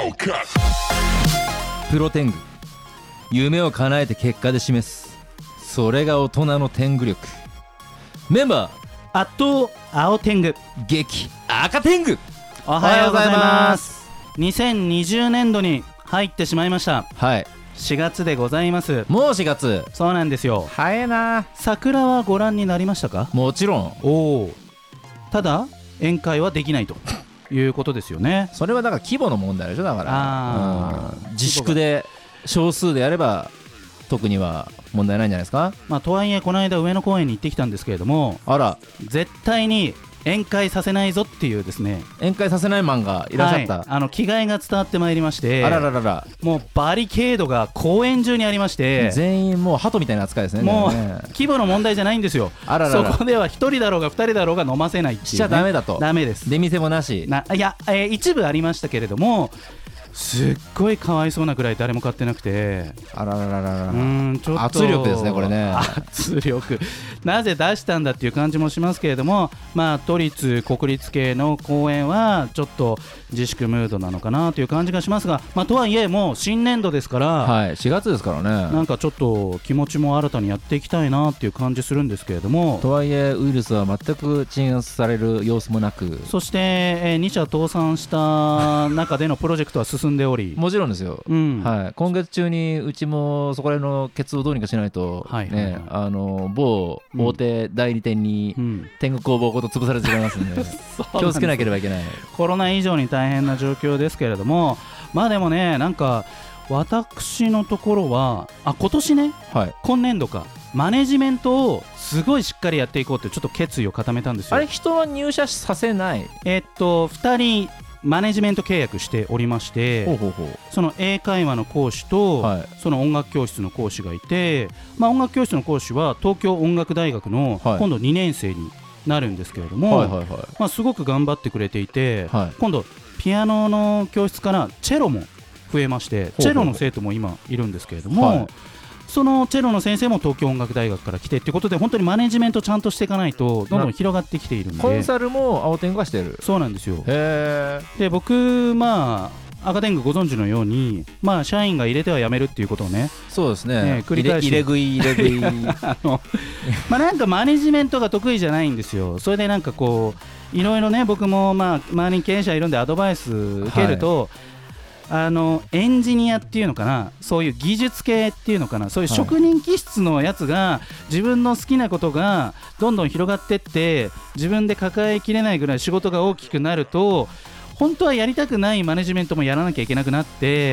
プロテング、夢を叶えて結果で示す、それが大人の天狗力。メンバーあと青天狗、 激赤天狗。 おはようございます。2020年度に入ってしまいました。 はい、 4月でございます。 もう4月。 そうなんですよ。 早いな。 桜はご覧になりましたか？ もちろん。 おお。ただ宴会はできないということですよね。 それはだから規模の問題でしょ。だから自粛で少数でやれば特には問題ないんじゃないですか。 まあ、とはいえこの間上野公園に行ってきたんですけれども、 あら、 絶対に宴会させないぞっていうですね、 宴会させないマンがいらっしゃった、 はい、気概が伝わってまいりまして、 あらららら、 もうバリケードが公園中にありまして、 全員もう鳩みたいな扱いですね。 もう規模の問題じゃないんですよ。 あららら、 そこでは1人だろうが2人だろうが飲ませないっていう、ね、 しちゃダメだと。 ダメです。 出店もなし。 いや、一部ありましたけれども、すっごいかわいそうなくらい誰も買ってなくて、 あららららら、 ちょっと圧力ですねこれね。 圧力なぜ出したんだっていう感じもしますけれども、まあ都立国立系の公園はちょっと自粛ムードなのかなという感じがしますが、まあとはいえもう新年度ですから、 はい、4月ですからね。 なんかちょっと気持ちも新たにやっていきたいなっていう感じするんですけれども、 とはいえウイルスは全く鎮圧される様子もなく、 そして、2社倒産した中でのプロジェクトは進んでおりもちろんですよ、はい、今月中にうちもそこら辺のケツをどうにかしないと、ね、某大手代理店に天狗工房ごと潰されてしまいますので、気をつけなければいけない。 コロナ以上に大変な状況ですけれども、まあでもね、なんか私のところは今年ね、 はい、 今年度かマネジメントをすごいしっかりやっていこうってちょっと決意を固めたんですよ。 あれ、人は入社させない？ 2人マネジメント契約しておりまして、その英会話の講師と、その音楽教室の講師がいて、まあ、音楽教室の講師は東京音楽大学の今度2年生になるんですけれども、まあ、すごく頑張ってくれていて、今度ピアノの教室からチェロも増えまして、チェロの生徒も今いるんですけれども、そのチェロの先生も東京音楽大学から来てっていうことで、本当にマネジメントちゃんとしていかないとどんどん広がってきているんで、 コンサルも青天狗がしてる。 そうなんですよ。 へー。 で僕、まあ赤天狗ご存知のように、まあ、社員が入れては辞めるっていうことをね、 そうですね、 繰り返し入れ食いまあなんかマネジメントが得意じゃないんですよ。それでなんかこういろいろね、僕もまあ周りに経営者いるんでアドバイス受けると、エンジニアっていうのかな、そういう技術系っていうのかな、そういう職人気質のやつが自分の好きなことがどんどん広がってって、自分で抱えきれないぐらい仕事が大きくなると、本当はやりたくないマネジメントもやらなきゃいけなくなって、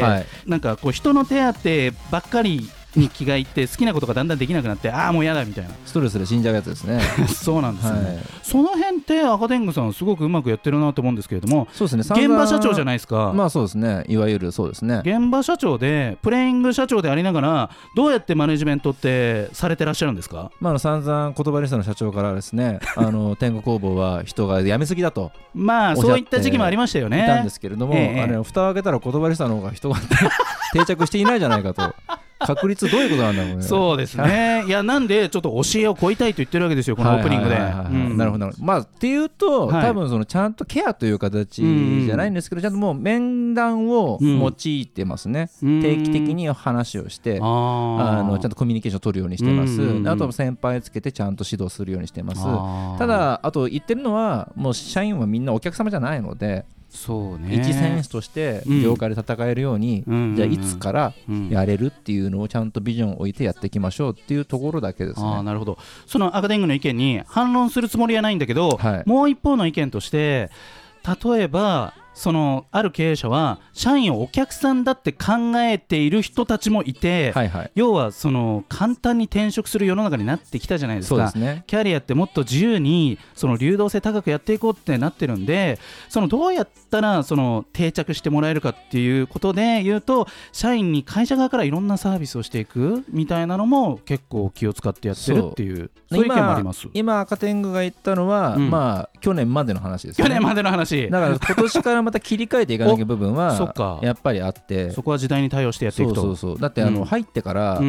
なんかこう人の手当ばっかりに気がいって好きなことがだんだんできなくなって、もうやだみたいな、 ストレスで死んじゃうやつですね。 そうなんですよね、その辺って赤天狗さんすごくうまくやってるなと思うんですけれども。 そうですね、 現場社長じゃないですか。 まあそうですね、いわゆるそうですね、 現場社長でプレイング社長でありながら、どうやってマネジメントってされてらっしゃるんですか？ まあ、散々言葉リストの社長からですね天狗工房は人が辞めすぎだとまあそういった時期もありましたよね。 いたんですけれども、蓋を開けたら言葉リストの方が人が定着していないじゃないかと。確率どういうことなんだろうね。 そうですね。いや、なんでちょっと教えを請いたいと言ってるわけですよ、このオープニングで。 なるほど。まあっていうと、多分そのちゃんとケアという形じゃないんですけど、ちゃんともう面談を用いてますね。定期的に話をしてちゃんとコミュニケーションを取るようにしてます。あと先輩つけてちゃんと指導するようにしてます。ただあと言ってるのは、もう社員はみんなお客様じゃないので、 そうね、 一選手として業界で戦えるように、じゃあいつからやれるっていうのをちゃんとビジョンを置いてやっていきましょうっていうところだけですね。 なるほど。その赤天狗の意見に反論するつもりはないんだけど、もう一方の意見として、例えばそのある経営者は社員をお客さんだって考えている人たちもいて、要はその簡単に転職する世の中になってきたじゃないですか。 そうですね。 キャリアってもっと自由にその流動性高くやっていこうってなってるんで、そのどうやったらその定着してもらえるかっていうことで言うと、社員に会社側からいろんなサービスをしていくみたいなのも結構気を使ってやってるっていう、そういう意見もあります。 今赤天狗が言ったのは、まあ去年までの話ですよね。 去年までの話だから今年からまた切り替えていかなきゃ部分はやっぱりあって、 そこは時代に対応してやっていくと。 だって入ってから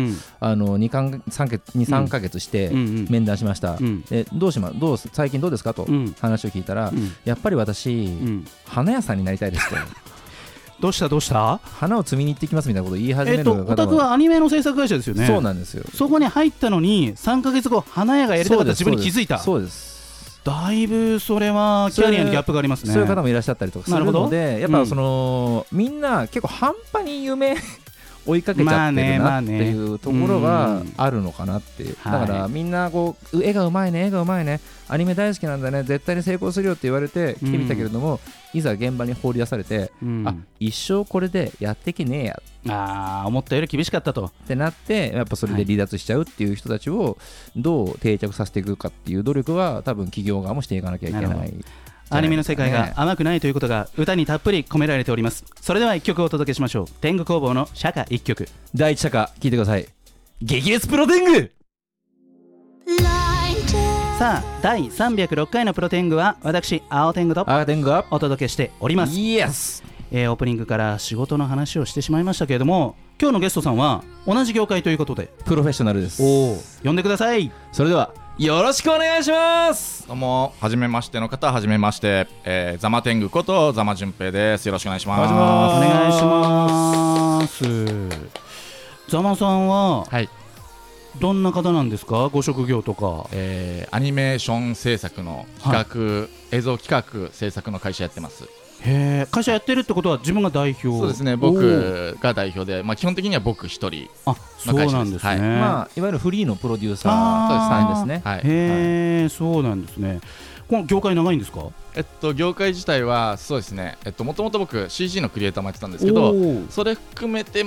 2,3 ヶ月して面談しました。最近どうですかと話を聞いたら、やっぱり私花屋さんになりたいですと。 どうした花を摘みに行ってきますみたいなことを言い始めるのが、 お宅はアニメの制作会社ですよね。 そうなんですよ。 そこに入ったのに3ヶ月後花屋がやりたかった自分に気づいた。 そうです。 だいぶそれはキャリアにギャップがありますね。 そういう方もいらっしゃったりとかするので、やっぱその、みんな結構半端に夢追いかけちゃってるなっていうところがあるのかなっていう。だからみんなこう絵がうまいねアニメ大好きなんだね、絶対に成功するよって言われて来てみたけれども、いざ現場に放り出されて、あ、一生これでやってけねえや、 思ったより厳しかったとってなって、やっぱそれで離脱しちゃうっていう人たちをどう定着させていくかっていう努力は多分企業側もしていかなきゃいけない。 アニメの世界が甘くないということが歌にたっぷり込められております。それでは1曲お届けしましょう。天狗工房の社歌1曲。 第一社歌聴いてください。激烈プロテング。 さあ第306回のプロテングは私青天狗とお届けしております。 イエス。 オープニングから仕事の話をしてしまいましたけれども、今日のゲストさんは同じ業界ということでプロフェッショナルです。 呼んでください。 それではよろしくお願いします。 どうも、はじめましての方ははじめまして、ザマテングことザマ順平です。よろしくお願いします。 お願いします。ザマさんは、はい、どんな方なんですか？ご職業とか。 アニメーション制作の企画、映像企画制作の会社やってます。 へー、会社やってるってことは自分が代表？ そうですね、僕が代表で、基本的には僕一人の会社です。 そうなんですね。 いわゆるフリーのプロデューサーさんですね。 へー、そうなんですね。この業界長いんですか？ 業界自体はそうですね、もともと僕 CG のクリエイターもやってたんですけど、それ含めて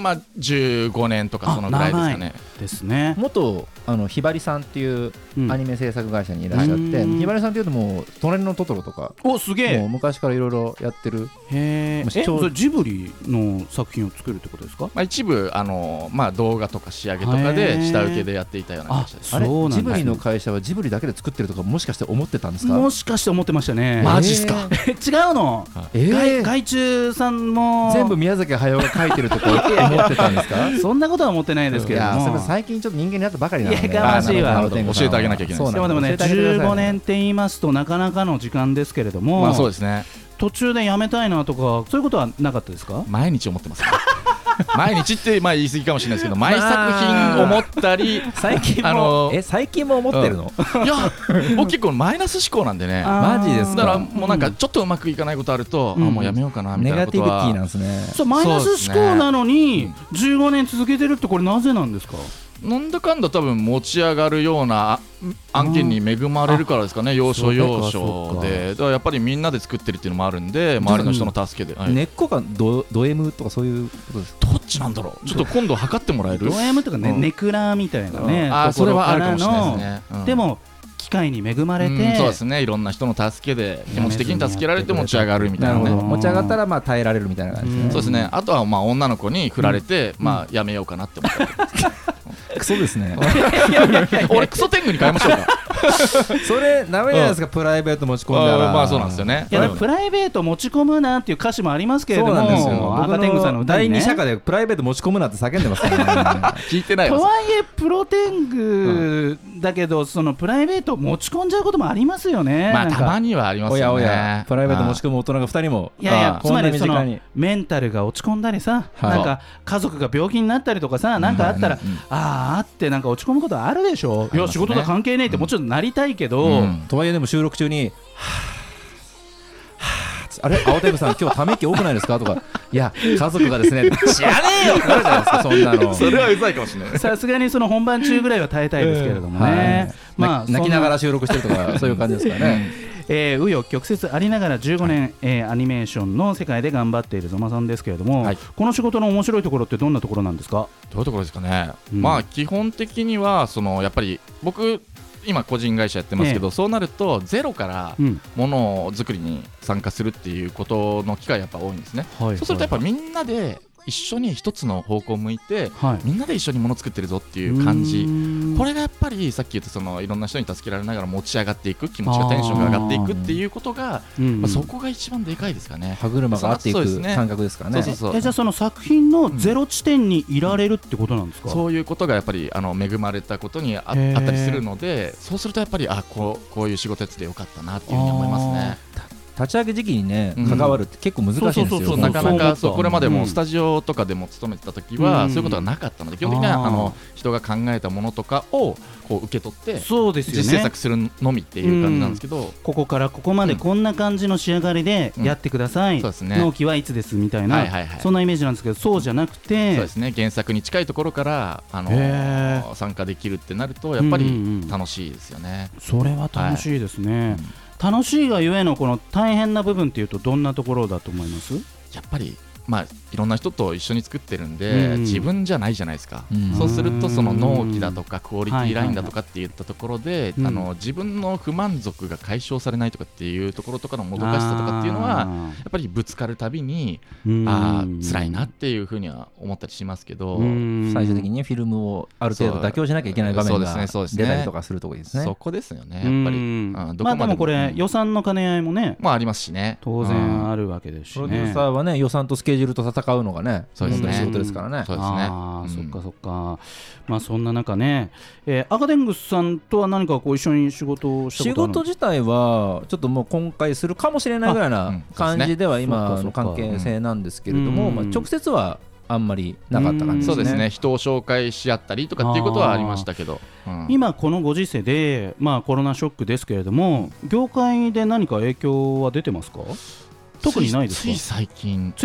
15年とかそのぐらいですかね。 ですね。 元ひばりさんっていうアニメ制作会社にいらっしゃって、ひばりさんっていうともう隣のトトロとか、 すげえ、 もう昔からいろいろやってる。 へえ。それジブリの作品を作るってことですか？ 一部動画とか仕上げとかで下請けでやっていたような会社です。 あれジブリの会社はジブリだけで作ってるとかもしかして思ってたんですか？ もしかして思ってましたね。 マジっすか？ 違うの？外注さんも全部宮崎駿が書いてるとか思ってたんですか？ そんなことは思ってないですけども。 それ最近ちょっと人間になったばかりなので。 いや、がましいわ。 教えてあげなきゃいけないです。 でもね、15年って言いますとなかなかの時間ですけれども、 そうですね。 途中でやめたいなとかそういうことはなかったですか？ 毎日思ってます。毎日って言い過ぎかもしれないですけど、毎作品思ったり、 最近も思ってるの？ いや、僕結構マイナス思考なんでね。 マジですか？ だからもうなんかちょっとうまくいかないことあると、もうやめようかなみたいなことは。 ネガティビティなんですね。 そう、マイナス思考なのに15年続けてるって、これなぜなんですか？ なんだかんだ多分持ち上がるような案件に恵まれるからですかね。要所要所で、だからやっぱりみんなで作ってるっていうのもあるんで、周りの人の助けで。 根っこがド M とかそういうことですか？ どっちなんだろう。ちょっと今度測ってもらえる？ ド M とかね、ネクラみたいなね。 それはあるかもしれないですね。 でも機会に恵まれて、 そうですね、いろんな人の助けで気持ち的に助けられて持ち上がるみたいなね。 持ち上がったら耐えられるみたいな感じですね。 そうですね。あとは女の子に振られてやめようかなって思ってクソですね。 俺クソ天狗に変えましょうか。 それダメじゃないですか。プライベート持ち込んだら。 そうなんですよね。 いや、プライベート持ち込むなっていう歌詞もありますけれども、赤天狗さんの歌にね、 第二社歌でプライベート持ち込むなって叫んでますからね。 聞いてないわ。 とはいえプロ天狗だけど、そのプライベート持ち込んじゃうこともありますよね。 たまにはありますよね。 プライベート持ち込む大人が2人も。 いや、つまりそのメンタルが落ち込んだりさ、なんか家族が病気になったりとかさ、なんかあったらってなんか落ち込むことあるでしょ。いや、仕事と関係ねえってもちろんなりたいけど、 とはいえでも収録中にあれ、青天狗さん今日ため息多くないですかとか、いや家族がですね、知らねえよってなるじゃないですか。そんなのそれはうざいかもしれない。 さすがにその本番中ぐらいは耐えたいですけれどもね。 泣きながら収録してるとかそういう感じですかね。 紆余曲折ありながら15年、アニメーションの世界で頑張っているゾマさんですけれども、この仕事の面白いところってどんなところなんですか？ どういうところですかね。基本的にはやっぱり僕今個人会社やってますけど、そうなるとゼロからものづくりに参加するっていうことの機会やっぱ多いんですね。そうするとやっぱみんなで一緒に一つの方向を向いて、みんなで一緒にもの作ってるぞっていう感じ。これがやっぱりさっき言ったいろんな人に助けられながら持ち上がっていく、気持ちがテンションが上がっていくっていうことが、そこが一番でかいですかね。 歯車が合っていく感覚ですからね。 じゃあその作品のゼロ地点にいられるってことなんですか？ そういうことがやっぱり恵まれたことにあったりするので、そうするとやっぱりこういう仕事やっててよかったなっていうふうに思いますね。 立ち上げ時期にね関わるって結構難しいんですよ。 なかなかそうこれまでもスタジオとかでも勤めてた時はそういうことがなかったので、基本的には人が考えたものとかをこう受け取って実制作するのみっていう感じなんですけど、 ここからここまでこんな感じの仕上がりでやってください、納期はいつですみたいな、そんなイメージなんですけど、そうじゃなくて、 そうですね、原作に近いところから参加できるってなるとやっぱり楽しいですよね。 それは楽しいですね。楽しいがゆえのこの大変な部分っていうとどんなところだと思います？ やっぱりいろんな人と一緒に作ってるんで、自分じゃないじゃないですか、そうするとその納期だとかクオリティラインだとかっていったところで、自分の不満足が解消されないとかっていうところとかのもどかしさとかっていうのはやっぱりぶつかるたびに辛いなっていうふうには思ったりしますけど、 最終的にフィルムをある程度妥協しなきゃいけない場面が出たりとかするところですね。 そこですよね、やっぱり。 でもこれ予算の兼ね合いもねありますしね、 当然あるわけですしね。 プロデューサーはね予算とスケジュールと戦うのがね、 そうですね、 仕事ですからね。 そうですね。 そっかそっか。そんな中ね、赤天狗さんとは何かこう一緒に仕事をしたことある？ 仕事自体はちょっともう今回するかもしれないぐらいな感じでは今の関係性なんですけれども、直接はあんまりなかった感じですね。 そうですね、人を紹介し合ったりとかっていうことはありましたけど、 今このご時世で、コロナショックですけれども、業界で何か影響は出てますか？特にないですか？ つい最近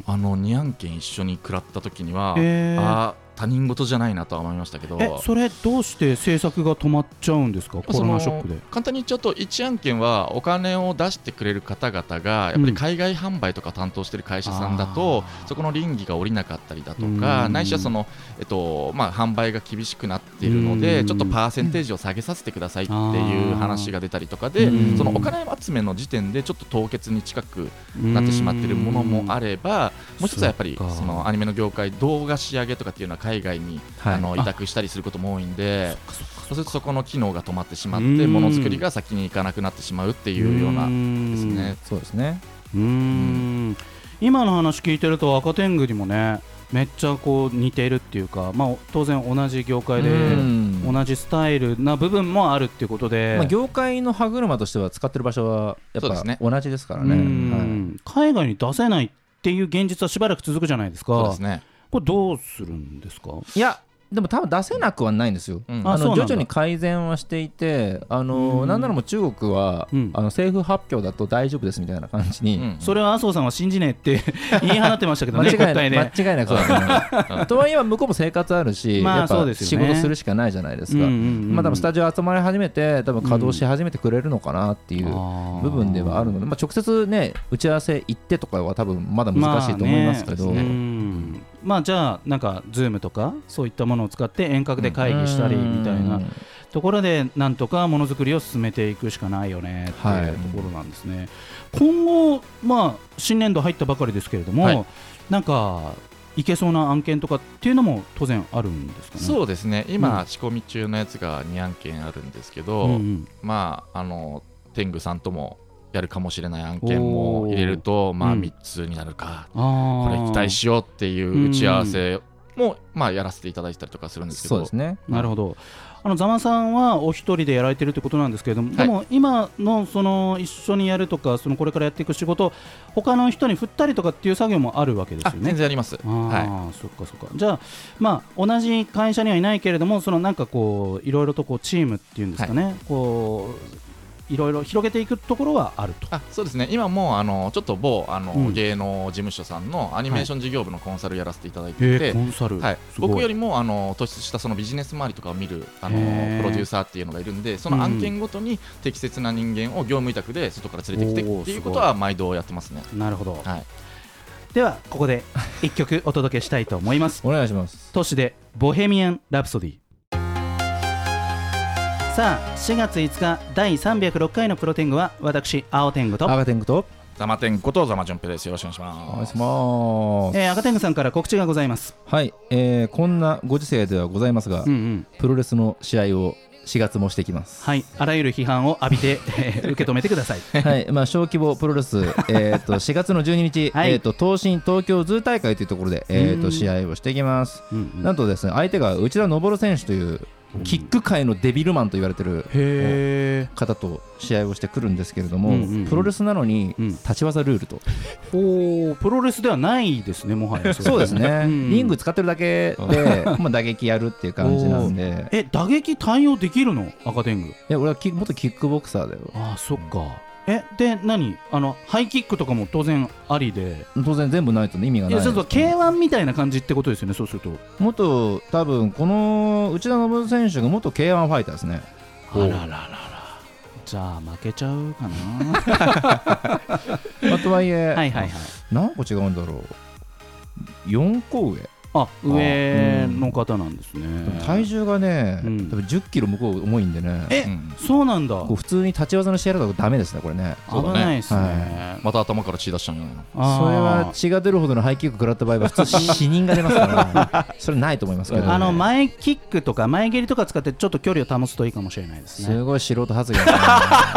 2案件一緒に食らった時には、他人事じゃないなとは思いましたけど。 それどうして制作が止まっちゃうんですか？コロナショックで。 簡単に言っちゃうと、1案件はお金を出してくれる方々がやっぱり海外販売とか担当している会社さんだと、そこの倫理が下りなかったりだとか、ないしはその、販売が厳しくなっているのでちょっとパーセンテージを下げさせてくださいっていう話が出たりとかで、そのお金集めの時点でちょっと凍結に近くなってしまっているものもあれば、もう一つはやっぱりそのアニメの業界、動画仕上げとかっていうのは海外に委託したりすることも多いんで、そうするとそこの機能が止まってしまってものづくりが先に行かなくなってしまうっていうようなですね。 そうですね。 今の話聞いてると赤天狗にもねめっちゃこう似てるっていうか、当然同じ業界で同じスタイルな部分もあるっていうことで、 業界の歯車としては使ってる場所はやっぱ同じですからね。 海外に出せないっていう現実はしばらく続くじゃないですか。 そうですね。 これどうするんですか？ いやでも多分出せなくはないんですよ。徐々に改善はしていて、なんならもう中国は、政府発表だと大丈夫ですみたいな感じに、 それは麻生さんは信じねえって言い放ってましたけどね。 間違いなくそうだね。とはいえ向こうも生活あるし、やっぱ仕事するしかないじゃないですか。多分スタジオ集まり始めて多分稼働し始めてくれるのかなっていう部分ではあるので、直接ね打ち合わせ行ってとかは多分まだ難しいと思いますけど、 じゃあなんか Zoom とかそういったものを使って遠隔で会議したりみたいなところでなんとかものづくりを進めていくしかないよねっていうところなんですね。今後新年度入ったばかりですけれども、なんかいけそうな案件とかっていうのも当然あるんですかね？ そうですね、今仕込み中のやつが2案件あるんですけど、天狗さんともやるかもしれない案件も入れると3つになるか、これ期待しようっていう打ち合わせもやらせていただいたりとかするんですけど。 そうですね。 なるほど。座間さんはお一人でやられてるってことなんですけれども、でも今のその一緒にやるとかこれからやっていく仕事、他の人に振ったりとかっていう作業もあるわけですよね。 全然あります。そっかそっか。じゃあ同じ会社にはいないけれども、なんかこういろいろとこうチームっていうんですかね、こういろいろ広げていくところはあると。 そうですね。今もちょっと某芸能事務所さんのアニメーション事業部のコンサルやらせていただいていて、 コンサル、 僕よりも突出したそのビジネス周りとかを見るプロデューサーっていうのがいるんで、その案件ごとに適切な人間を業務委託で外から連れてきてっていうことは毎度やってますね。 なるほど。ではここで1曲お届けしたいと思います。 お願いします。 都市でボヘミアン・ラプソディ。さあ4月5日第306回のプロテングは私青天狗と赤天狗とザマ天狗とザマジョンペです。よろしくお願いします。 お願いします。 赤天狗さんから告知がございます。 はい、こんなご時世ではございますが、プロレスの試合を4月もしていきます。 はい、あらゆる批判を浴びて受け止めてください。 はい、小規模プロレス、4月の12日、東進東京ズー大会というところで、試合をしていきます。なんとですね、相手が内田昇選手というキック界のデビルマンと言われてる方と試合をしてくるんですけれども、プロレスなのに立ち技ルールと、 プロレスではないですね、もはや。 そうですね、リング使ってるだけで打撃やるっていう感じなんで。 打撃対応できるの、赤天狗？ いや、俺は元キックボクサーだよ。 ああ、そっか。で何、ハイキックとかも当然ありで、 当然全部ないと、ね、意味がないです、ね。 そうそう、K1 みたいな感じってことですよね、そうすると。 元多分この内田信選手が元 K1 ファイターですね。 あらららら、じゃあ負けちゃうかな。 とはいえ、 はいはいはい、 何個違うんだろう、4個上。 上の方なんですね。 体重がね、多分10キロ向こう重いんでね。 そうなんだ。 普通に立ち技の試合だとダメですね、これね。 危ないですね。 また頭から血出しちゃうの。 それは血が出るほどのハイキック食らった場合は普通死人が出ますからそれないと思いますけど。 前キックとか前蹴りとか使ってちょっと距離を保つといいかもしれないですね。 すごい素人発言ですね。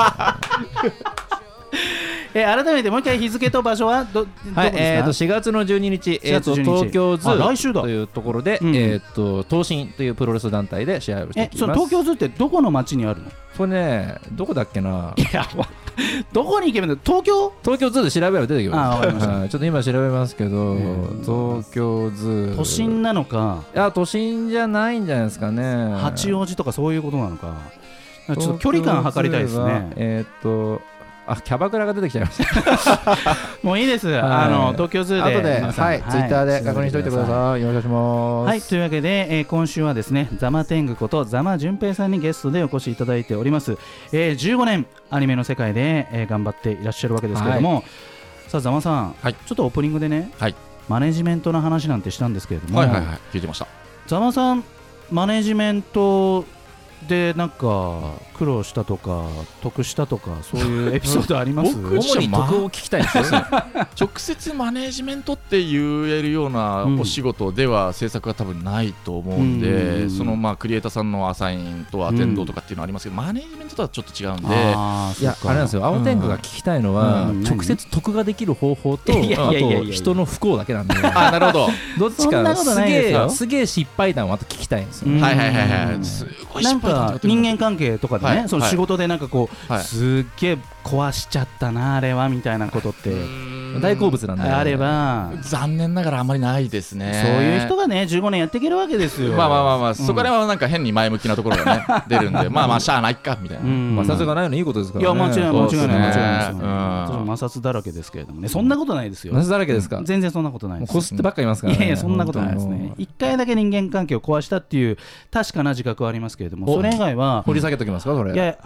改めてもう一回日付と場所はどこですか ？4月の12日、東京ズというところで、東進というプロレス団体で試合をしていきます。 その東京ズってどこの町にあるの？ これね、どこだっけな。 いや、どこに行けばいいんだ。東京ズで調べれば出てきます。 わかりました。 ちょっと今調べますけど、東京ズ都心なのか。 いや、都心じゃないんじゃないですかね。 八王子とかそういうことなのか。ちょっと距離感測りたいですね。 キャバクラが出てきちゃいましたもういいです、東京ズーで後で、ツイッターで確認しておいてください。よろしくお願いします。 というわけで、今週はですね、ザマテングことザマ純平さんにゲストでお越しいただいております。15年アニメの世界で、頑張っていらっしゃるわけですけれども、さあザマさん、ちょっとオープニングでね、マネジメントの話なんてしたんですけれども、 聞いてました。 ザマさん、マネジメントでなんか苦労したとか得したとかそういうエピソードあります？ 主に得を聞きたいんですよ。 直接マネージメントって言えるようなお仕事では制作は多分ないと思うんで、そのクリエイターさんのアサインとアテンドとかっていうのはありますけど、マネージメントとはちょっっと違うんで、いやあれなんですよ、青天狗が聞きたいのは、直接得ができる方法と、あと人の不幸だけなんで、 なるほど、 どっちかすげえ失敗談をあと聞きたいんですよ。 はいはいはいはい、すごい失敗談なんか人間関係とかでね、その仕事でなんかこう、すっげえ壊しちゃったなあれはみたいなことって大好物なんであれば、 残念ながらあんまりないですね。 そういう人がね15年やっていけるわけですよ。 まあ、そこらはなんか変に前向きなところがね出るんで、まあしゃあないかみたいな、 摩擦がないのいいことですからね。 いや間違いない摩擦だらけですけれどもね、そんなことないですよ。 摩擦だらけですか？ 全然そんなことないです。 こすってばっかりいますからね。 いやそんなことないですね。一回だけ人間関係を壊したっていう確かな自覚はありますけれども、それ以外は掘り下げときますかそれ？ いや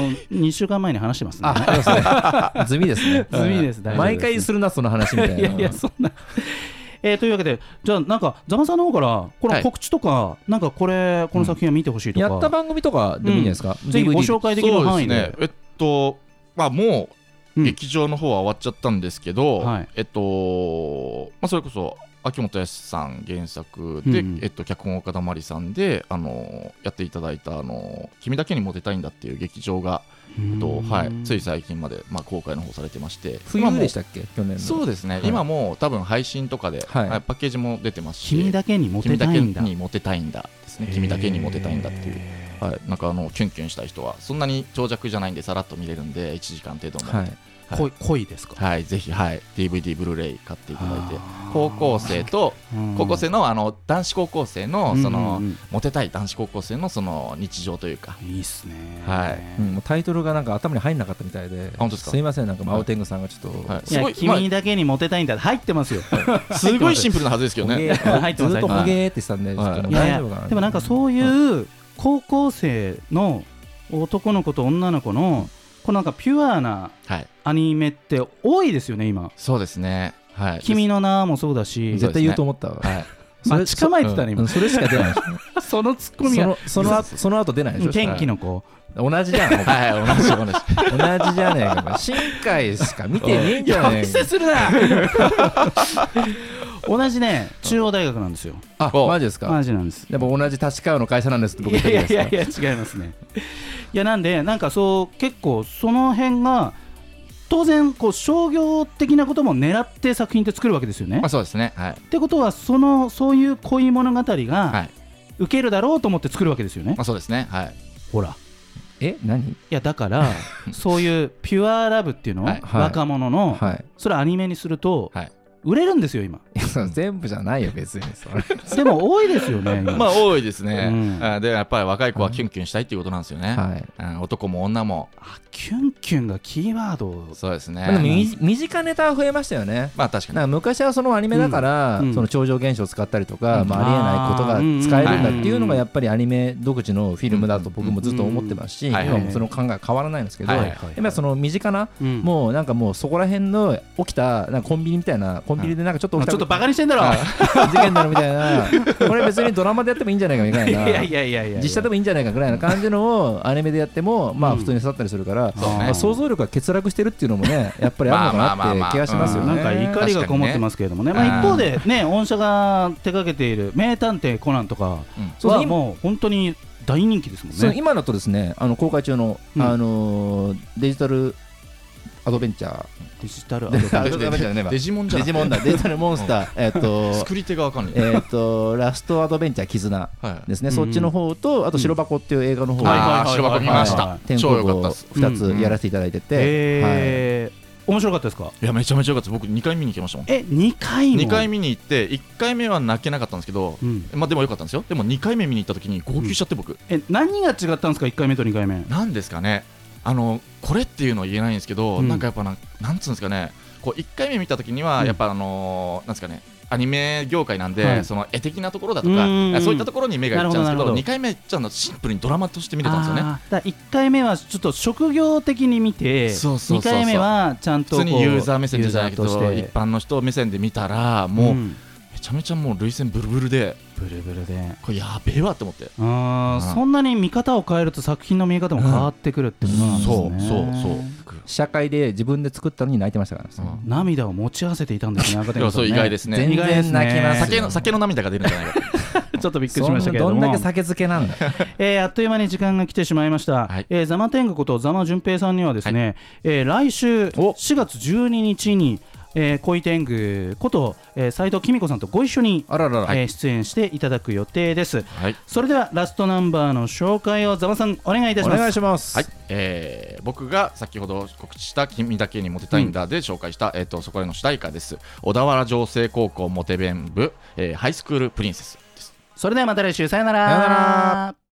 2週間前に話してますね。 済みですね。 済みです。 毎回するなその話みたいな。 いやいやそんなというわけで、じゃあなんかザマさんの方からこの告知とか、なんかこの作品は見てほしいとか、 やった番組とかでもいいんじゃないですか？ ぜひご紹介できる範囲で。 もう劇場の方は終わっちゃったんですけど、それこそ秋元康さん原作で、脚本岡田真理さんでやっていただいた君だけにモテたいんだっていう劇場がつい最近まで公開の方されてまして、 冬でしたっけ？去年の。 そうですね、今もう多分配信とかでパッケージも出てますし、 君だけにモテたいんだですね。君だけにモテたいんだっていう、なんかキュンキュンしたい人はそんなに長尺じゃないんでさらっと見れるんで1時間程度の、 濃いですか？ はい、ぜひ、DVD ブルーレイ買っていただいて、高校生の男子高校生のそのモテたい男子高校生のその日常というか、 いいっすね。 もうタイトルがなんか頭に入んなかったみたいで、すいません、なんか青天狗さんがちょっと、 いや君だけにモテたいんだ入ってますよ。 すごいシンプルなはずですけどね。 入ってます。 ずっとホゲーってしたんで、大丈夫かな。 でもなんかそういう高校生の男の子と女の子のこのなんかピュアなアニメって多いですよね今。 そうですね。 君の名もそうだし、 絶対言うと思ったわ。 待ち構えてたね今。 それしか出ない。 そのツッコミがその後出ないでしょ。 天気の子同じじゃん。同じじゃねえか。新海しか見てねえんじゃねえか。 するな。同じね、中央大学なんですよ。 マジですか？ マジなんです。 やっぱ同じ立川の会社なんですって僕言ってるんですか？ いや違いますね。いやなんでなんか結構その辺が当然商業的なことも狙って作品って作るわけですよね。 そうですね。 ってことはそういう恋物語が受けるだろうと思って作るわけですよね。 そうですね。はい。 ほら何？ いやだからそういうピュアラブっていうの、若者の、それアニメにすると、売れるんですよ今。 全部じゃないよ別にそれでも多いですよねまあ多いですね、でやっぱり若い子はキュンキュンしたいっていうことなんですよね、男も女も。 キュンキュンがキーワード。 そうですね。 でも身近ネタは増えましたよね。 まあ確かに昔はそのアニメだから、その超常現象を使ったりとか、ありえないことが使えるんだっていうのがやっぱりアニメ独自のフィルムだと僕もずっと思ってますし、今もその考え変わらないんですけど、やっぱりその身近な、もうなんかもうそこら辺の起きたなんかコンビニみたいな、コンビニでなんかちょっとバカにしてんだろ事件だろみたいな、これ別にドラマでやってもいいんじゃないかみたいな、 いや実写でもいいんじゃないかぐらいな感じのをアニメでやってもまあ普通に刺さったりするから、想像力が欠落してるっていうのもねやっぱりあるのかなって気がしますよね。 なんか怒りがこもってますけれどもね。一方でね、御社が手掛けている名探偵コナンとかはもう本当に大人気ですもんね。 今だとですね、公開中のデジタルアドベンチャー、 デジタルアドベンチャー、デジモンじゃん、 デジタルモンスター、 作り手がわかんない、 ラストアドベンチャー絆ですね、そっちの方と、あと白箱っていう映画の方、 白箱見ました。 超良かったです。2つやらせていただいてて、 面白かったですか？ いやめちゃめちゃ良かったです。僕2回見に行きましたもん。 2回も？ 2回見に行って、1回目は泣けなかったんですけど、まあでも良かったんですよ。でも2回目見に行った時に号泣しちゃって僕。 何が違ったんですか、1回目と2回目？ なんですかね、これっていうのは言えないんですけど、なんかやっぱなんつうんですかね、こう1回目見た時にはやっぱなんですかね、アニメ業界なんで、その絵的なところだとかそういったところに目がいっちゃうんですけど、2回目じゃシンプルにドラマとして見れたんですよね。 だ1回目はちょっっと職業的に見て、2回目はちゃんと普通にユーザー目線じゃなくて一般の人目線で見たらもうめちゃめちゃもう涙腺ブルブルでこれやべえわって思って、 そんなに見方を変えると作品の見え方も変わってくるってことなんですね。 そう社会で自分で作ったのに泣いてましたから、 涙を持ち合わせていたんですね。 そう意外ですね。 全然泣きます。 酒の涙が出るんじゃないかちょっとびっくりしましたけれども、 どんだけ酒漬けなんだあっという間に時間が来てしまいました。ザマ天狗ことザマ純平さんにはですね、来週4月12日に恋天狗こと斉藤公子さんとご一緒に出演していただく予定です。それではラストナンバーの紹介をザマさんお願いいたします。 お願いします。 僕が先ほど告知した君だけにモテたいんだで紹介したそこへの主題歌です。小田原城西高校モテ弁部ハイスクールプリンセスです。 それではまた来週、さよなら。